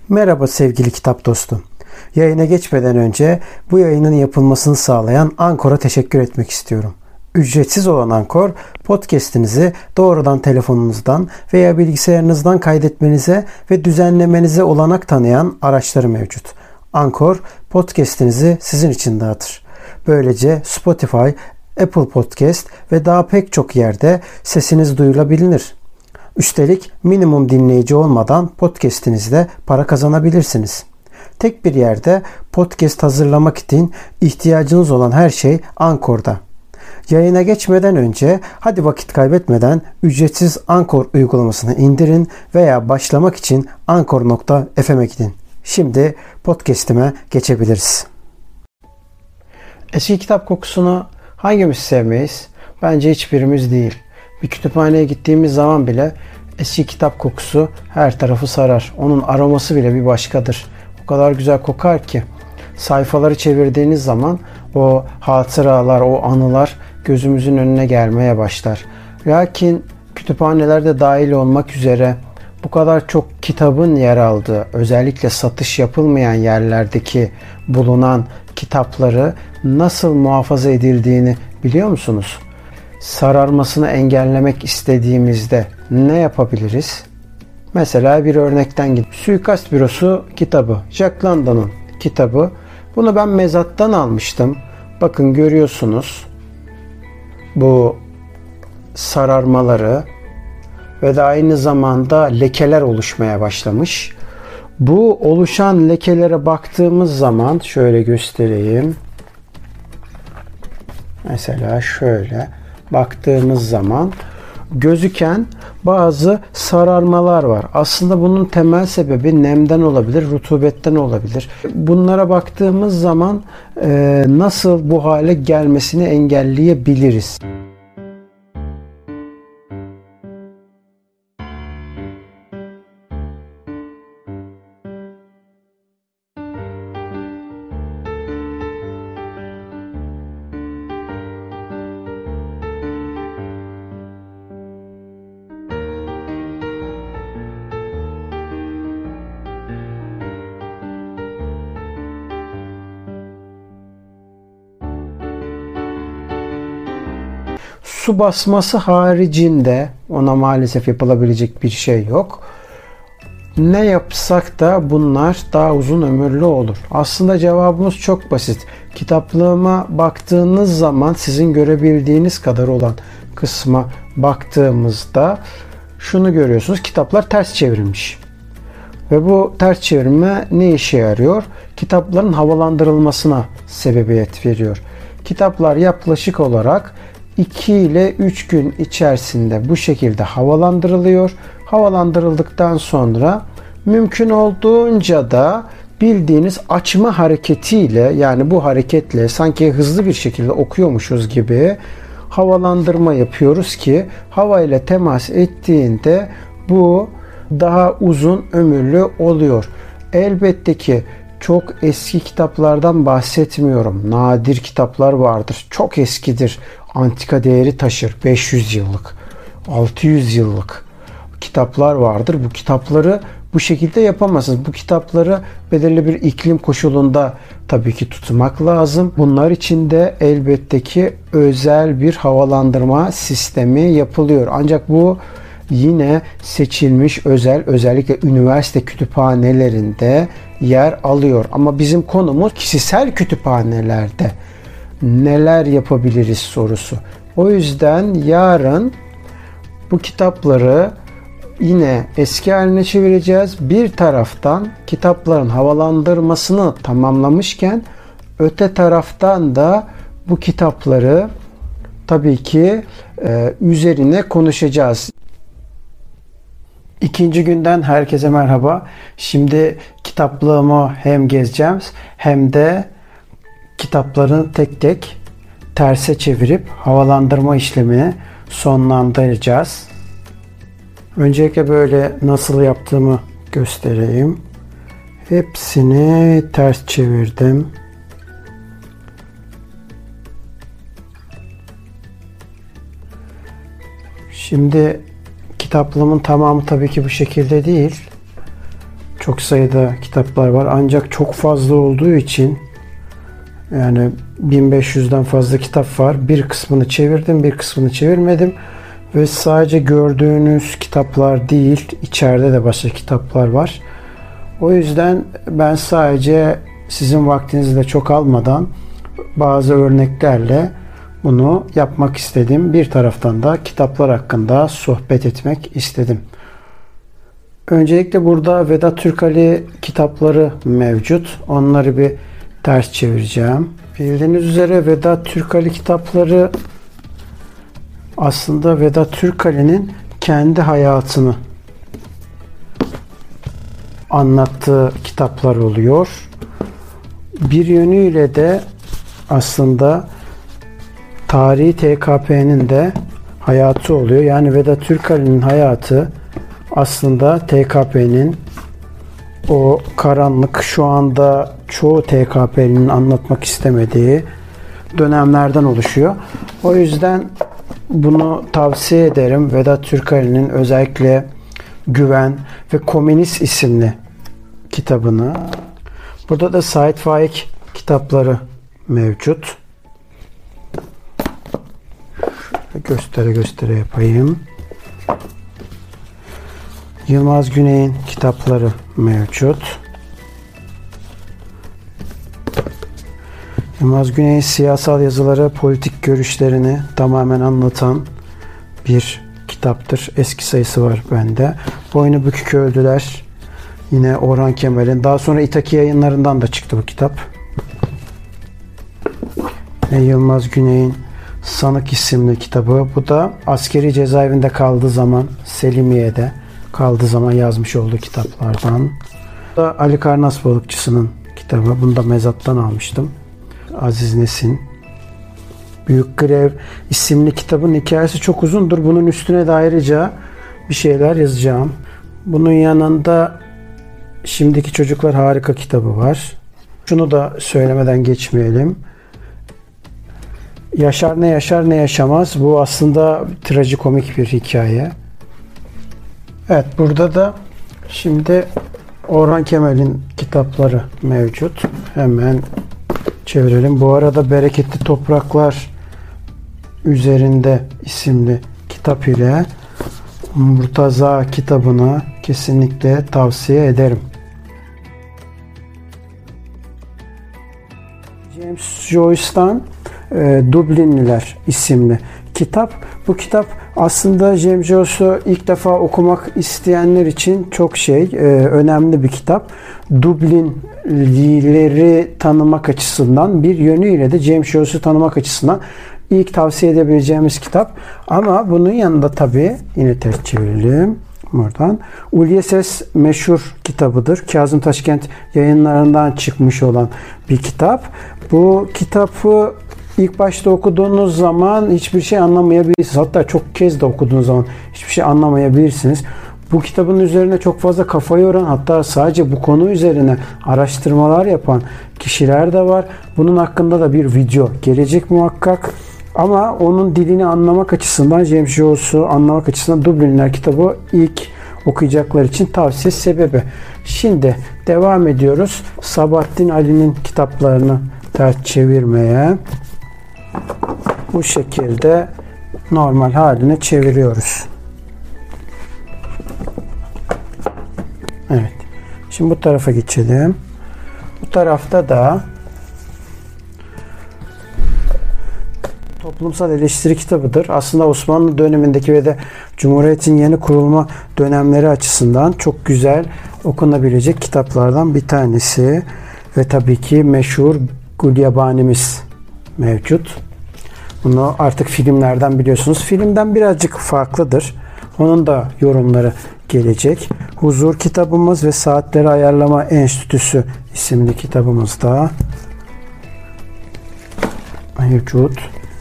Merhaba sevgili kitap dostum. Yayına geçmeden önce bu yayının yapılmasını sağlayan Ankor'a teşekkür etmek istiyorum. Ücretsiz olan Ankor, podcast'inizi doğrudan telefonunuzdan veya bilgisayarınızdan kaydetmenize ve düzenlemenize olanak tanıyan araçları mevcut. Ankor, podcast'inizi sizin için dağıtır. Böylece Spotify, Apple Podcast ve daha pek çok yerde sesiniz duyulabilir. Üstelik minimum dinleyici olmadan podcast'inizde para kazanabilirsiniz. Tek bir yerde podcast hazırlamak için ihtiyacınız olan her şey Ankor'da. Yayına geçmeden önce hadi vakit kaybetmeden ücretsiz Ankor uygulamasını indirin veya başlamak için ankor.fm'e gidin. Şimdi podcast'ime geçebiliriz. Eski kitap kokusunu hangimiz sevmeyiz? Bence hiçbirimiz değil. Bir kütüphaneye gittiğimiz zaman bile eski kitap kokusu her tarafı sarar. Onun aroması bile bir başkadır. O kadar güzel kokar ki. Sayfaları çevirdiğiniz zaman o hatıralar, o anılar gözümüzün önüne gelmeye başlar. Lakin kütüphanelerde dahil olmak üzere bu kadar çok kitabın yer aldığı, özellikle satış yapılmayan yerlerdeki bulunan kitapları nasıl muhafaza edildiğini biliyor musunuz? Sararmasını engellemek istediğimizde ne yapabiliriz? Mesela bir örnekten gidip Suikast Bürosu kitabı, Jack London'un kitabı. Bunu ben mezattan almıştım. Bakın görüyorsunuz bu sararmaları ve de aynı zamanda lekeler oluşmaya başlamış. Bu oluşan lekelere baktığımız zaman şöyle göstereyim. Mesela şöyle baktığımız zaman gözüken bazı sararmalar var. Aslında bunun temel sebebi nemden olabilir, rutubetten olabilir. Bunlara baktığımız zaman nasıl bu hale gelmesini engelleyebiliriz? Su basması haricinde ona maalesef yapılabilecek bir şey yok. Ne yapsak da bunlar daha uzun ömürlü olur. Aslında cevabımız çok basit. Kitaplığıma baktığınız zaman sizin görebildiğiniz kadar olan kısma baktığımızda şunu görüyorsunuz. Kitaplar ters çevrilmiş. Ve bu ters çevirme ne işe yarıyor? Kitapların havalandırılmasına sebebiyet veriyor. Kitaplar yaklaşık olarak 2 ile 3 gün içerisinde bu şekilde havalandırılıyor. Havalandırıldıktan sonra mümkün olduğunca da bildiğiniz açma hareketiyle, yani bu hareketle sanki hızlı bir şekilde okuyormuşuz gibi havalandırma yapıyoruz ki hava ile temas ettiğinde bu daha uzun ömürlü oluyor. Elbette ki çok eski kitaplardan bahsetmiyorum. Nadir kitaplar vardır. Çok eskidir. Antika değeri taşır. 500 yıllık, 600 yıllık kitaplar vardır. Bu kitapları bu şekilde yapamazsınız. Bu kitapları belirli bir iklim koşulunda tabii ki tutmak lazım. Bunlar için de elbette ki özel bir havalandırma sistemi yapılıyor. Ancak bu yine seçilmiş özellikle üniversite kütüphanelerinde yer alıyor. Ama bizim konumuz kişisel kütüphanelerde neler yapabiliriz sorusu. O yüzden yarın bu kitapları yine eski haline çevireceğiz. Bir taraftan kitapların havalandırmasını tamamlamışken öte taraftan da bu kitapları tabii ki üzerine konuşacağız. İkinci günden herkese merhaba. Şimdi kitaplığımı hem gezeceğiz hem de kitaplarını tek tek terse çevirip havalandırma işlemini sonlandıracağız. Öncelikle böyle nasıl yaptığımı göstereyim. Hepsini ters çevirdim. Şimdi kitaplığımın tamamı tabii ki bu şekilde değil. çok sayıda kitaplar var. Ancak çok fazla olduğu için yani 1500'den fazla kitap var. Bir kısmını çevirdim, bir kısmını çevirmedim. Ve sadece gördüğünüz kitaplar değil, içeride de başka kitaplar var. O yüzden ben sadece sizin vaktinizi de çok almadan bazı örneklerle bunu yapmak istedim. Bir taraftan da kitaplar hakkında sohbet etmek istedim. Öncelikle burada Vedat Türkali kitapları mevcut. Onları bir ters çevireceğim. Bildiğiniz üzere Vedat Türkali kitapları aslında Vedat Türkali'nin kendi hayatını anlattığı kitaplar oluyor. Bir yönüyle de aslında tarihi TKP'nin de hayatı oluyor. Yani Vedat Türkali'nin hayatı aslında TKP'nin o karanlık, şu anda çoğu TKP'nin anlatmak istemediği dönemlerden oluşuyor. O yüzden bunu tavsiye ederim. Vedat Türkali'nin özellikle Güven ve Komünist isimli kitabını. Burada da Sait Faik kitapları mevcut. Göstere göstere yapayım. Yılmaz Güney'in kitapları mevcut. Yılmaz Güney'in siyasal yazıları, politik görüşlerini tamamen anlatan bir kitaptır. Eski sayısı var bende. Boynu Bükük Öldüler. Yine Orhan Kemal'in. Daha sonra İtaki Yayınlarından da çıktı bu kitap. Yılmaz Güney'in Sanık isimli kitabı. Bu da askeri cezaevinde kaldığı zaman, Selimiye'de kaldığı zaman yazmış olduğu kitaplardan. Bu da Ali Karnas Balıkçısı'nın kitabı. Bunu da mezattan almıştım. Aziz Nesin. Büyük Grev isimli kitabın hikayesi çok uzundur. Bunun üstüne de ayrıca bir şeyler yazacağım. Bunun yanında Şimdiki Çocuklar Harika kitabı var. Şunu da söylemeden geçmeyelim. Yaşar ne yaşar ne yaşamaz. Bu aslında trajikomik bir hikaye. Evet, burada da şimdi Orhan Kemal'in kitapları mevcut. Hemen çevirelim. Bu arada Bereketli Topraklar üzerinde isimli kitap ile Murtaza kitabını kesinlikle tavsiye ederim. James Joyce'dan Dublinliler isimli kitap. Bu kitap aslında James Joyce'u ilk defa okumak isteyenler için çok önemli bir kitap. Dublinlileri tanımak açısından, bir yönüyle de James Joyce'u tanımak açısından ilk tavsiye edebileceğimiz kitap. Ama bunun yanında tabii yine ters çevirelim buradan. Ulye Ses meşhur kitabıdır. Kazım Taşkent Yayınlarından çıkmış olan bir kitap. Bu kitabı ilk başta okuduğunuz zaman hiçbir şey anlamayabilirsiniz. Hatta çok kez de okuduğunuz zaman hiçbir şey anlamayabilirsiniz. Bu kitabın üzerine çok fazla kafa yoran, hatta sadece bu konu üzerine araştırmalar yapan kişiler de var. Bunun hakkında da bir video gelecek muhakkak. Ama onun dilini anlamak açısından, James Joyce'u anlamak açısından Dublinliler kitabı ilk okuyacaklar için tavsiye sebebi. Şimdi devam ediyoruz. Sabahattin Ali'nin kitaplarını ters çevirmeye. Bu şekilde normal haline çeviriyoruz. Evet. Şimdi bu tarafa geçelim. Bu tarafta da toplumsal eleştiri kitabıdır. Aslında Osmanlı dönemindeki ve de Cumhuriyet'in yeni kurulma dönemleri açısından çok güzel okunabilecek kitaplardan bir tanesi. Ve tabii ki meşhur Gulyabanimiz mevcut. Bunu artık filmlerden biliyorsunuz. Filmden birazcık farklıdır. Onun da yorumları gelecek. Huzur kitabımız ve Saatleri Ayarlama Enstitüsü isimli kitabımız da mevcut.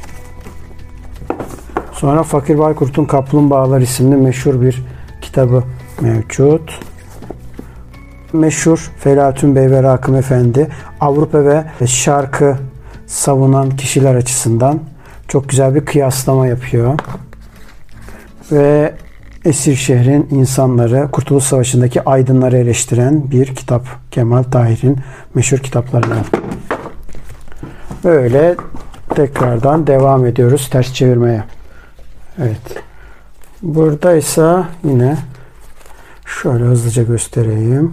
Sonra Fakir Baykurt'un Kaplumbağalar isimli meşhur bir kitabı mevcut. Meşhur Felatun Bey ve Rakım Efendi, Avrupa ve Şark'ı savunan kişiler açısından çok güzel bir kıyaslama yapıyor. Ve Eskişehir'in insanları, Kurtuluş Savaşı'ndaki aydınları eleştiren bir kitap. Kemal Tahir'in meşhur kitaplarından. Böyle tekrardan devam ediyoruz ters çevirmeye. Evet. Burada ise yine şöyle hızlıca göstereyim.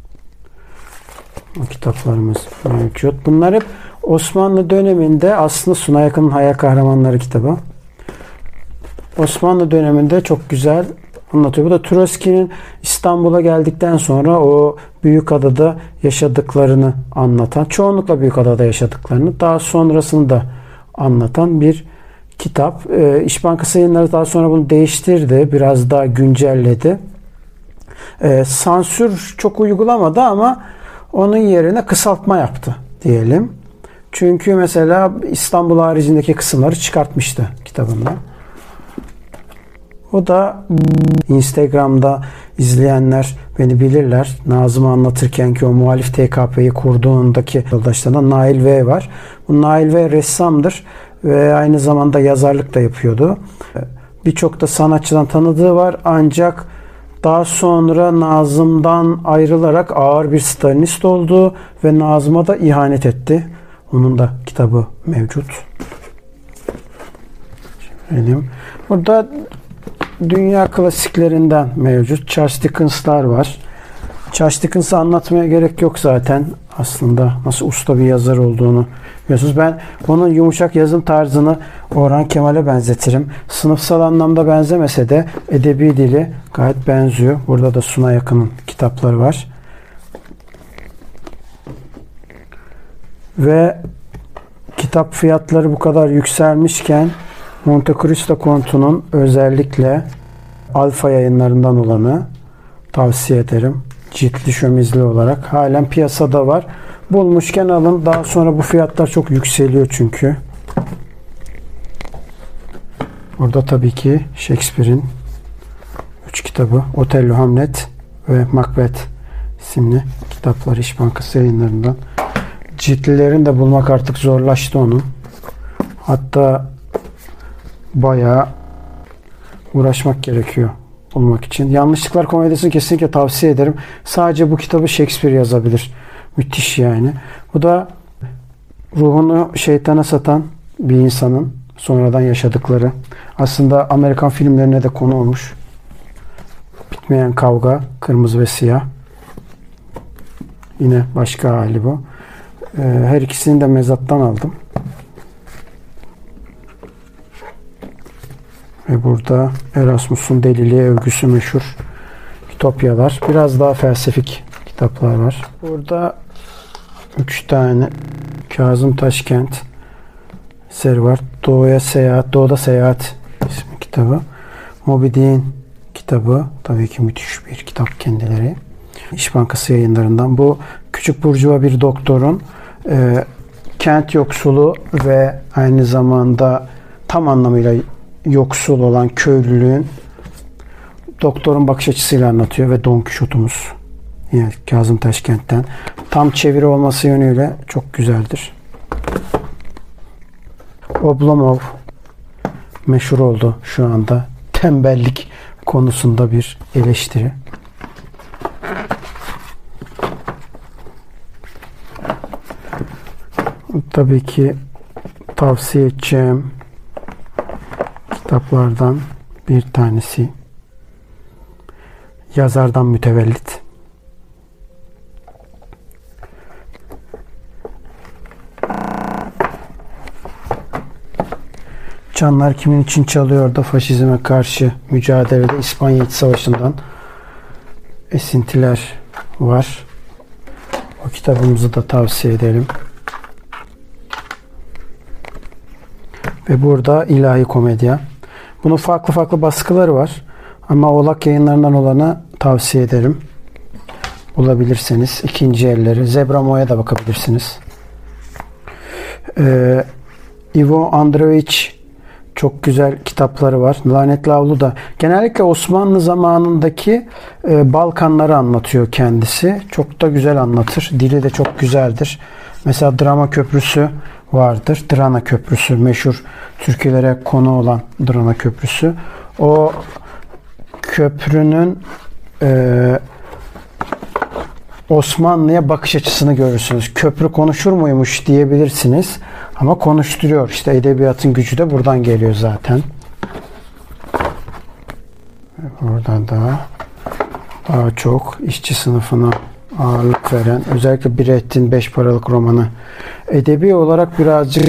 Bu kitaplarımız mevcut. Bunlar hep Osmanlı döneminde, aslında Sunay Akın'ın Hayal Kahramanları kitabı. Osmanlı döneminde çok güzel anlatıyor. Bu da Trotsky'nin İstanbul'a geldikten sonra o Büyükada'da yaşadıklarını anlatan, çoğunlukla Büyükada'da yaşadıklarını, daha sonrasını da anlatan bir kitap. İş Bankası Yayınları daha sonra bunu değiştirdi. Biraz daha güncelledi. Sansür çok uygulamadı ama onun yerine kısaltma yaptı diyelim. Çünkü mesela İstanbul haricindeki kısımları çıkartmıştı kitabında. O da Instagram'da izleyenler beni bilirler. Nazım'ı anlatırken ki o muhalif TKP'yi kurduğundaki yoldaşlarından Nail V var. Bu Nail V ressamdır ve aynı zamanda yazarlık da yapıyordu. Birçok da sanatçıdan tanıdığı var, ancak daha sonra Nazım'dan ayrılarak ağır bir Stalinist oldu ve Nazım'a da ihanet etti. Onun da kitabı mevcut. Burada dünya klasiklerinden mevcut. Charles Dickens'lar var. Charles Dickens'ı anlatmaya gerek yok zaten. Aslında nasıl usta bir yazar olduğunu biliyorsunuz. Ben onun yumuşak yazım tarzını Orhan Kemal'e benzetirim. Sınıfsal anlamda benzemese de edebi dili gayet benziyor. Burada da Sunay Akın'ın kitapları var. Ve kitap fiyatları bu kadar yükselmişken Monte Cristo Kontu'nun özellikle Alfa Yayınlarından olanı tavsiye ederim. Ciltli şömizli olarak halen piyasada var. Bulmuşken alın. Daha sonra bu fiyatlar çok yükseliyor çünkü. Burada tabii ki Shakespeare'in 3 kitabı, Otello, Hamlet ve Macbeth isimli kitaplar İş Bankası Yayınlarından. Ciltlilerini de bulmak artık zorlaştı onun. Hatta bayağı uğraşmak gerekiyor bulmak için. Yanlışlıklar komedisini kesinlikle tavsiye ederim. Sadece bu kitabı Shakespeare yazabilir. Müthiş yani. Bu da ruhunu şeytana satan bir insanın sonradan yaşadıkları. Aslında Amerikan filmlerine de konu olmuş. Bitmeyen kavga, kırmızı ve siyah. Yine başka hali bu. Her ikisini de mezattan aldım. Ve burada Erasmus'un deliliğe övgüsü meşhur Ütopyalar. Biraz daha felsefik kitaplar var. Burada 3 tane Kazım Taşkent eseri var. Doğuda Seyahat ismi kitabı. Moby Dick'in kitabı. Tabii ki müthiş bir kitap kendileri. İş Bankası Yayınlarından. Bu küçük burjuva bir doktorun kent yoksulu ve aynı zamanda tam anlamıyla yoksul olan köylülüğün doktorun bakış açısıyla anlatıyor ve Don Kişot'umuz yani Kazım Taşkent'ten tam çeviri olması yönüyle çok güzeldir. Oblomov meşhur oldu şu anda. Tembellik konusunda bir eleştiri. Tabii ki tavsiye edeceğim kitaplardan bir tanesi Yazardan Mütevellit. Çanlar Kimin için Çalıyor da faşizme karşı mücadelede İspanya İç Savaşı'ndan esintiler var. O kitabımızı da tavsiye edelim. Ve burada İlahi Komedya. Bunun farklı baskıları var. Ama Oğlak Yayınlarından olanı tavsiye ederim. Bulabilirseniz ikinci elleri. Zebramo'ya da bakabilirsiniz. Ivo Andreevich çok güzel kitapları var. Lanetli Avlu da genellikle Osmanlı zamanındaki Balkanları anlatıyor kendisi. Çok da güzel anlatır. Dili de çok güzeldir. Mesela Drama Köprüsü vardır. Drana Köprüsü meşhur Türkülere konu olan Drana Köprüsü. O köprünün Osmanlı'ya bakış açısını görürsünüz. Köprü konuşur muymuş diyebilirsiniz. Ama konuşturuyor. İşte edebiyatın gücü de buradan geliyor zaten. Burada da daha çok işçi sınıfına ağırlık veren, özellikle Brecht'in 5 paralık romanı. Edebi olarak birazcık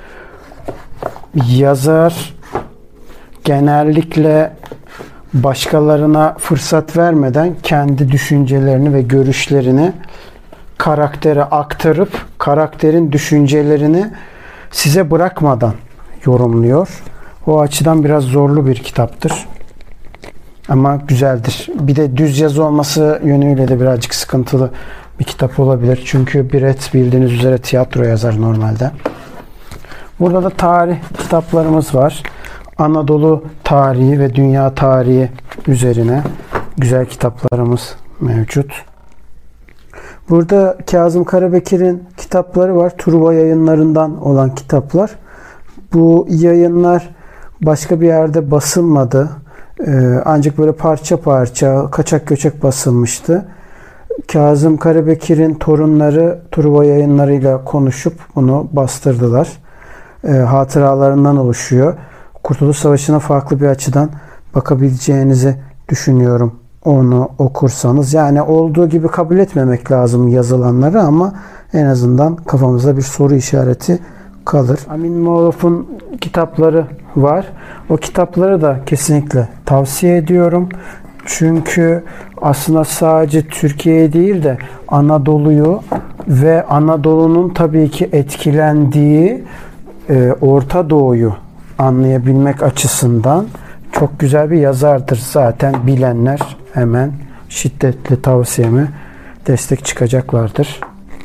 yazar genellikle başkalarına fırsat vermeden kendi düşüncelerini ve görüşlerini karaktere aktarıp karakterin düşüncelerini size bırakmadan yorumluyor. O açıdan biraz zorlu bir kitaptır. Ama güzeldir. Bir de düz yazı olması yönüyle de birazcık sıkıntılı bir kitap olabilir. Çünkü Brecht bildiğiniz üzere tiyatro yazar normalde. Burada da tarih kitaplarımız var. Anadolu tarihi ve dünya tarihi üzerine güzel kitaplarımız mevcut. Burada Kazım Karabekir'in kitapları var. Truva Yayınlarından olan kitaplar. Bu yayınlar başka bir yerde basılmadı. Ancak böyle parça parça, kaçak göçek basılmıştı. Kazım Karabekir'in torunları Truva Yayınları'yla konuşup bunu bastırdılar. Hatıralarından oluşuyor. Kurtuluş Savaşı'na farklı bir açıdan bakabileceğinizi düşünüyorum onu okursanız. Yani olduğu gibi kabul etmemek lazım yazılanları ama en azından kafamızda bir soru işareti kalır. Amin Malof'un kitapları var. O kitapları da kesinlikle tavsiye ediyorum. Çünkü aslında sadece Türkiye'ye değil de Anadolu'yu ve Anadolu'nun tabii ki etkilendiği Orta Doğu'yu anlayabilmek açısından çok güzel bir yazardır. Zaten bilenler hemen şiddetli tavsiyeme destek çıkacaklardır.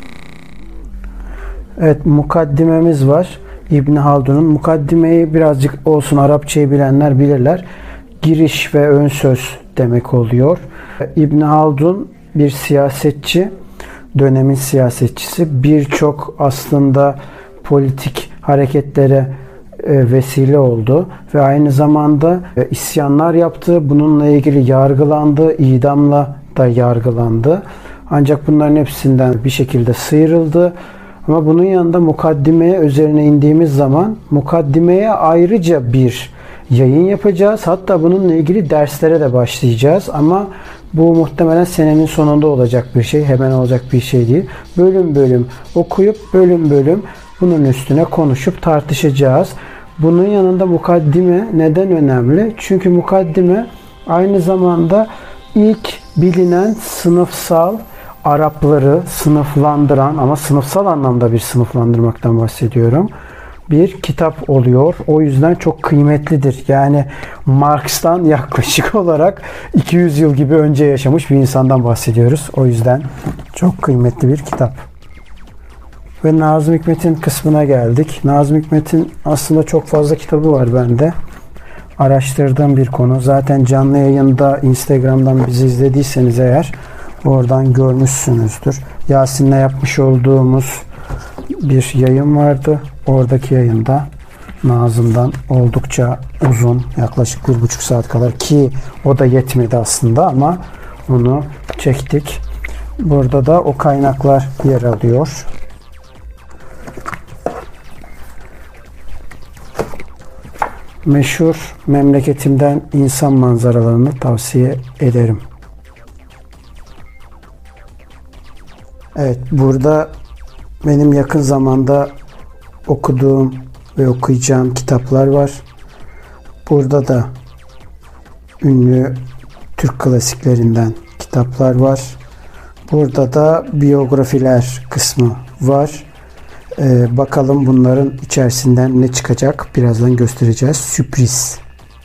Evet, mukaddimemiz var. İbn Haldun'un mukaddimeyi birazcık olsun Arapçayı bilenler bilirler. Giriş ve ön söz demek oluyor. İbn Haldun bir siyasetçi, dönemin siyasetçisi. Birçok aslında politik hareketlere vesile oldu ve aynı zamanda isyanlar yaptı. Bununla ilgili yargılandı, idamla da yargılandı. Ancak bunların hepsinden bir şekilde sıyrıldı. Ama bunun yanında mukaddimeye üzerine indiğimiz zaman mukaddimeye ayrıca bir yayın yapacağız. Hatta bununla ilgili derslere de başlayacağız. Ama bu muhtemelen senenin sonunda olacak bir şey. Hemen olacak bir şey değil. Bölüm bölüm okuyup bölüm bölüm bunun üstüne konuşup tartışacağız. Bunun yanında mukaddime neden önemli? Çünkü mukaddime aynı zamanda ilk bilinen sınıfsal Arapları sınıflandıran ama sınıfsal anlamda bir sınıflandırmaktan bahsediyorum. Bir kitap oluyor. O yüzden çok kıymetlidir. Yani Marx'tan yaklaşık olarak 200 yıl gibi önce yaşamış bir insandan bahsediyoruz. O yüzden çok kıymetli bir kitap. Ve Nazım Hikmet'in kısmına geldik. Nazım Hikmet'in aslında çok fazla kitabı var bende. Araştırdığım bir konu. Zaten canlı yayında Instagram'dan bizi izlediyseniz eğer oradan görmüşsünüzdür. Yasin'le yapmış olduğumuz bir yayın vardı. Oradaki yayında Nazım'dan oldukça uzun, yaklaşık 1,5 saat kadar ki o da yetmedi aslında ama onu çektik. Burada da o kaynaklar yer alıyor. Meşhur Memleketimden insan manzaralarını tavsiye ederim. Evet, burada benim yakın zamanda okuduğum ve okuyacağım kitaplar var. Burada da ünlü Türk klasiklerinden kitaplar var. Burada da biyografiler kısmı var. Bakalım bunların içerisinden ne çıkacak? Birazdan göstereceğiz. Sürpriz.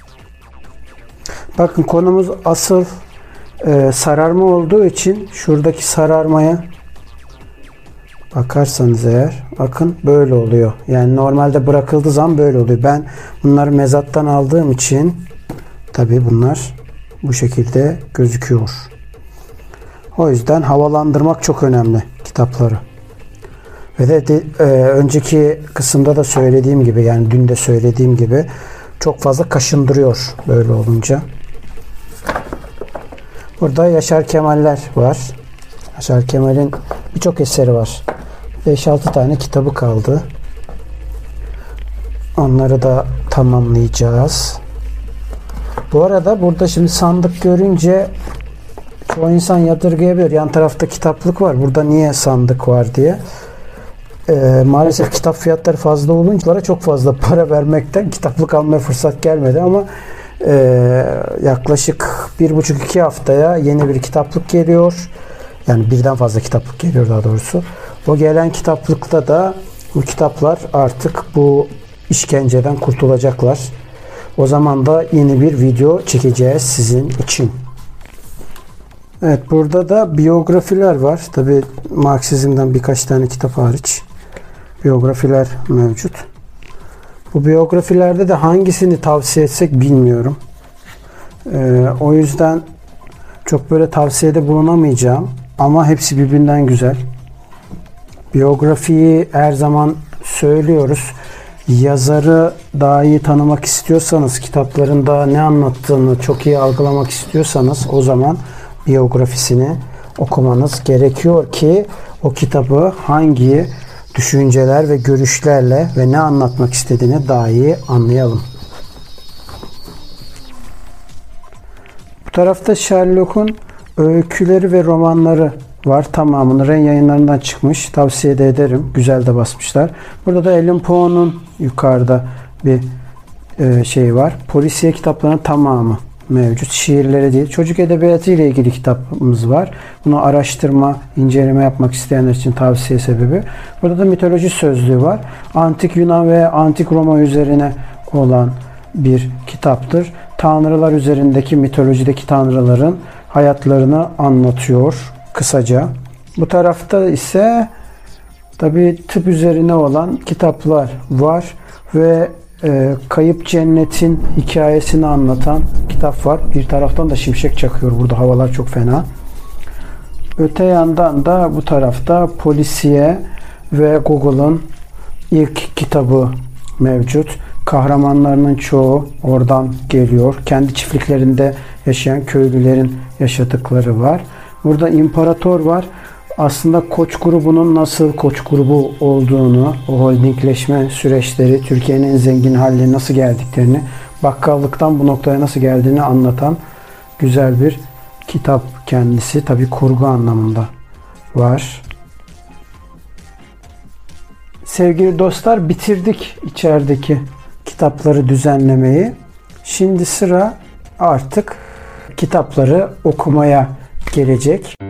Bakın konumuz asıl sararma olduğu için şuradaki sararmaya bakarsanız eğer bakın böyle oluyor. Yani normalde bırakıldığı zaman böyle oluyor. Ben bunları mezattan aldığım için tabii bunlar bu şekilde gözüküyor. O yüzden havalandırmak çok önemli kitapları. Ve de önceki kısımda da söylediğim gibi yani dün de söylediğim gibi çok fazla kaşındırıyor böyle olunca. Burada Yaşar Kemaller var. Yaşar Kemal'in birçok eseri var. 5-6 tane kitabı kaldı. Onları da tamamlayacağız. Bu arada burada şimdi sandık görünce çoğu insan yadırgayabilir. Yan tarafta kitaplık var. Burada niye sandık var diye. Maalesef kitap fiyatları fazla olunca çok fazla para vermekten kitaplık almaya fırsat gelmedi ama yaklaşık 1,5-2 haftaya yeni bir kitaplık geliyor. Yani birden fazla kitaplık geliyor daha doğrusu. O gelen kitaplıkta da bu kitaplar artık bu işkenceden kurtulacaklar. O zaman da yeni bir video çekeceğiz sizin için. Evet, burada da biyografiler var. Tabi Marksizm'den birkaç tane kitap hariç biyografiler mevcut. Bu biyografilerde de hangisini tavsiye etsek bilmiyorum. O yüzden çok böyle tavsiyede bulunamayacağım. Ama hepsi birbirinden güzel. Biyografiyi her zaman söylüyoruz. Yazarı daha iyi tanımak istiyorsanız, kitaplarında ne anlattığını çok iyi algılamak istiyorsanız o zaman biyografisini okumanız gerekiyor ki o kitabı hangi düşünceler ve görüşlerle ve ne anlatmak istediğini daha iyi anlayalım. Bu tarafta Sherlock'un öyküleri ve romanları var. Tamamını Ren Yayınlarından çıkmış. Tavsiye de ederim. Güzel de basmışlar. Burada da Allan Poe'nun yukarıda bir şey var. Polisiye kitaplarının tamamı mevcut. Şiirleri değil. Çocuk edebiyatı ile ilgili kitabımız var. Bunu araştırma, inceleme yapmak isteyenler için tavsiye sebebi. Burada da mitoloji sözlüğü var. Antik Yunan ve Antik Roma üzerine olan bir kitaptır. Tanrılar üzerindeki mitolojideki tanrıların hayatlarını anlatıyor kısaca. Bu tarafta ise tabii tıp üzerine olan kitaplar var ve Kayıp Cennet'in hikayesini anlatan kitap var. Bir taraftan da şimşek çakıyor. Burada havalar çok fena. Öte yandan da bu tarafta polisiye ve Google'ın ilk kitabı mevcut. Kahramanlarının çoğu oradan geliyor. Kendi çiftliklerinde yaşayan köylülerin yaşadıkları var. Burada İmparator var. Aslında Koç grubunun nasıl Koç grubu olduğunu, o holdingleşme süreçleri, Türkiye'nin en zengin haline nasıl geldiklerini, bakkallıktan bu noktaya nasıl geldiğini anlatan güzel bir kitap kendisi. Tabii kurgu anlamında var. Sevgili dostlar, bitirdik içerideki kitapları düzenlemeyi. Şimdi sıra artık kitapları okumaya gelecek.